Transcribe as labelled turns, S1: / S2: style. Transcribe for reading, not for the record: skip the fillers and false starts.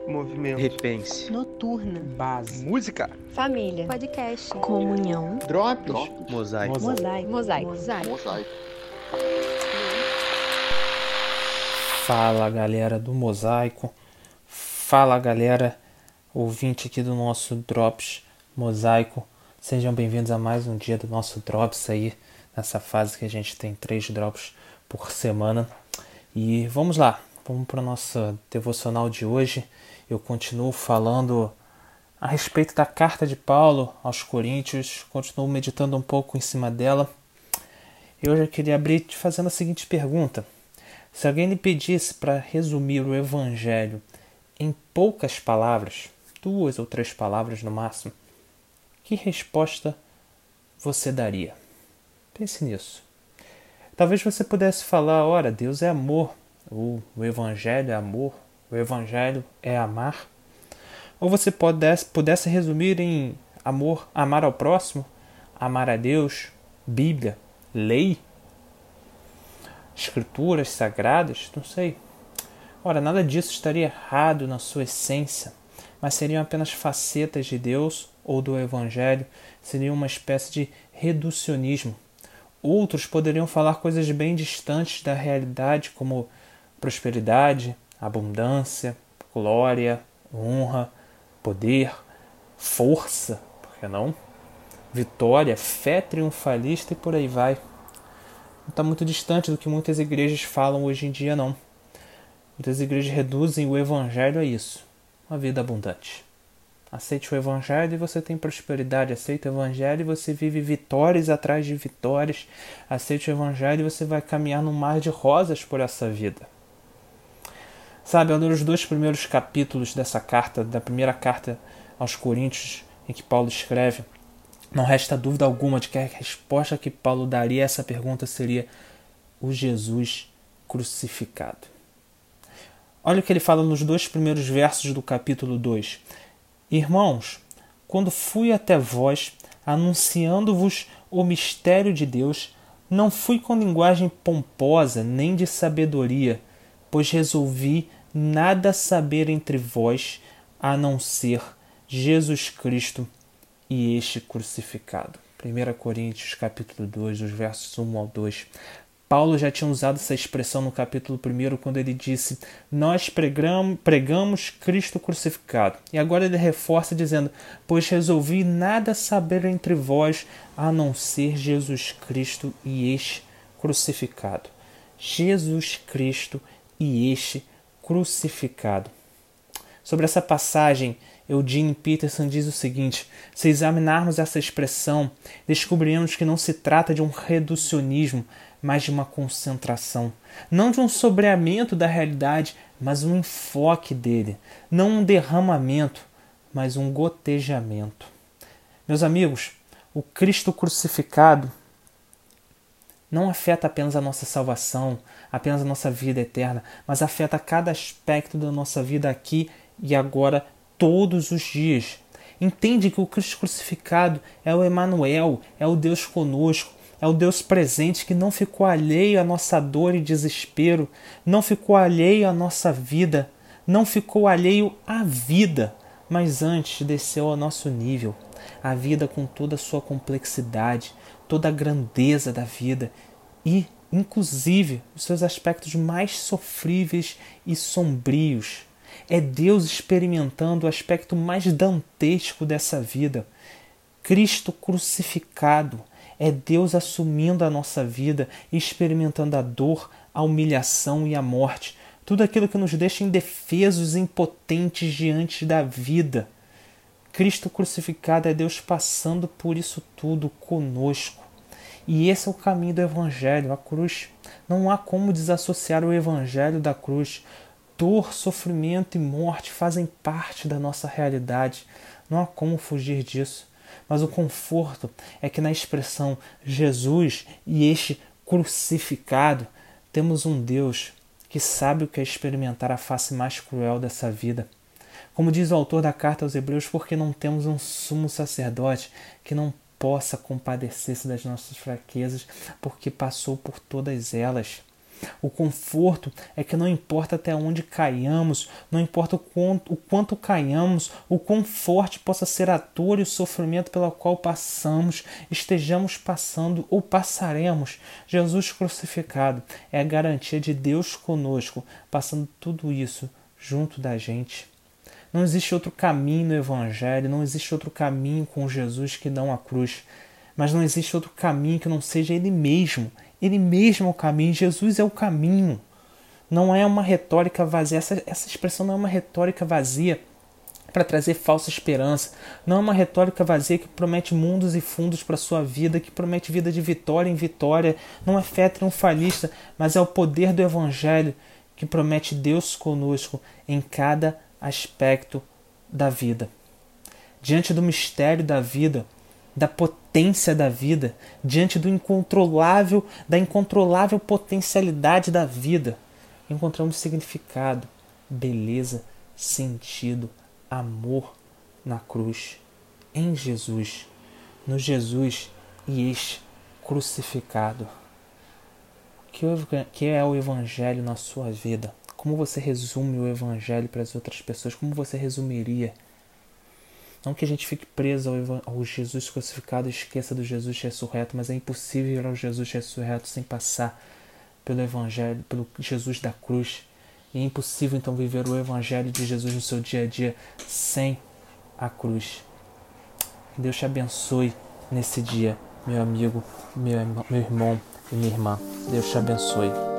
S1: Movimento.
S2: Repense.
S3: Noturna.
S1: Base. Música.
S4: Família.
S3: Podcast.
S4: Comunhão.
S1: Drops.
S2: Mosaico.
S3: Mosaico.
S5: Fala, galera do Mosaico. Fala, galera ouvinte aqui do nosso Drops Mosaico. Sejam bem-vindos a mais um dia do nosso Drops aí, nessa fase que a gente tem 3 Drops por semana. E vamos lá, vamos para o nosso devocional de hoje. Eu continuo falando a respeito da carta de Paulo aos Coríntios, continuo meditando um pouco em cima dela. Eu já queria abrir te fazendo a seguinte pergunta. Se alguém lhe pedisse para resumir o Evangelho em poucas palavras, 2 ou 3 palavras no máximo, que resposta você daria? Pense nisso. Talvez você pudesse falar, ora, Deus é amor, ou o Evangelho é amor, o Evangelho é amar. Ou você pudesse resumir em amor, amar ao próximo, amar a Deus, Bíblia, lei, escrituras sagradas, não sei. Ora, nada disso estaria errado na sua essência, mas seriam apenas facetas de Deus ou do Evangelho, seria uma espécie de reducionismo. Outros poderiam falar coisas bem distantes da realidade, como prosperidade, abundância, glória, honra, poder, força, por que não? Vitória, fé triunfalista e por aí vai. Não está muito distante do que muitas igrejas falam hoje em dia, não. Muitas igrejas reduzem o Evangelho a isso, uma vida abundante. Aceite o Evangelho e você tem prosperidade. Aceite o Evangelho e você vive vitórias atrás de vitórias. Aceite o Evangelho e você vai caminhar num mar de rosas por essa vida. Sabe, ao ler os 2 primeiros capítulos dessa carta, da primeira carta aos Coríntios, em que Paulo escreve, não resta dúvida alguma de que a resposta que Paulo daria a essa pergunta seria o Jesus crucificado. Olha o que ele fala nos 2 primeiros versos do capítulo 2. Irmãos, quando fui até vós, anunciando-vos o mistério de Deus, não fui com linguagem pomposa, nem de sabedoria, pois resolvi nada saber entre vós, a não ser Jesus Cristo e este crucificado. 1 Coríntios capítulo 2, dos versos 1 ao 2. Paulo já tinha usado essa expressão no capítulo 1, quando ele disse, nós pregamos Cristo crucificado. E agora ele reforça dizendo, pois resolvi nada saber entre vós, a não ser Jesus Cristo e este crucificado. Jesus Cristo e este crucificado. Sobre essa passagem, Eugene Peterson diz o seguinte, se examinarmos essa expressão, descobriremos que não se trata de um reducionismo, mas de uma concentração. Não de um sobreamento da realidade, mas um enfoque dele. Não um derramamento, mas um gotejamento. Meus amigos, o Cristo crucificado não afeta apenas a nossa salvação, apenas a nossa vida eterna, mas afeta cada aspecto da nossa vida aqui e agora, todos os dias. Entende que o Cristo crucificado é o Emanuel, é o Deus conosco, é o Deus presente que não ficou alheio à nossa dor e desespero, não ficou alheio à nossa vida, não ficou alheio à vida, mas antes desceu ao nosso nível, a vida com toda a sua complexidade, toda a grandeza da vida e, inclusive, os seus aspectos mais sofríveis e sombrios. É Deus experimentando o aspecto mais dantesco dessa vida. Cristo crucificado é Deus assumindo a nossa vida e experimentando a dor, a humilhação e a morte. Tudo aquilo que nos deixa indefesos e impotentes diante da vida. Cristo crucificado é Deus passando por isso tudo conosco. E esse é o caminho do Evangelho, a cruz. Não há como desassociar o Evangelho da cruz. Dor, sofrimento e morte fazem parte da nossa realidade. Não há como fugir disso. Mas o conforto é que na expressão Jesus e este crucificado, temos um Deus que sabe o que é experimentar a face mais cruel dessa vida. Como diz o autor da carta aos Hebreus, porque não temos um sumo sacerdote que não possa compadecer-se das nossas fraquezas, porque passou por todas elas. O conforto é que não importa até onde caiamos, não importa o quanto caiamos, o quão forte possa ser a dor e o sofrimento pela qual passamos, estejamos passando ou passaremos. Jesus crucificado é a garantia de Deus conosco, passando tudo isso junto da gente. Não existe outro caminho no Evangelho, não existe outro caminho com Jesus que não a cruz. Mas não existe outro caminho que não seja Ele mesmo. Ele mesmo é o caminho, Jesus é o caminho. Não é uma retórica vazia, essa expressão não é uma retórica vazia para trazer falsa esperança. Não é uma retórica vazia que promete mundos e fundos para a sua vida, que promete vida de vitória em vitória. Não é fé triunfalista, mas é o poder do Evangelho que promete Deus conosco em cada aspecto da vida. Diante do mistério da vida, da potência da vida, diante da incontrolável potencialidade da vida, encontramos significado, beleza, sentido, amor na cruz, em Jesus, no Jesus e este crucificado. O que é o Evangelho na sua vida? Como você resume o Evangelho para as outras pessoas? Como você resumiria? Não que a gente fique preso ao Jesus crucificado e esqueça do Jesus ressurreto, mas é impossível ir ao Jesus ressurreto sem passar pelo Evangelho, pelo Jesus da cruz. E é impossível então viver o Evangelho de Jesus no seu dia a dia sem a cruz. Que Deus te abençoe nesse dia, meu amigo, meu irmão e minha irmã. Deus te abençoe.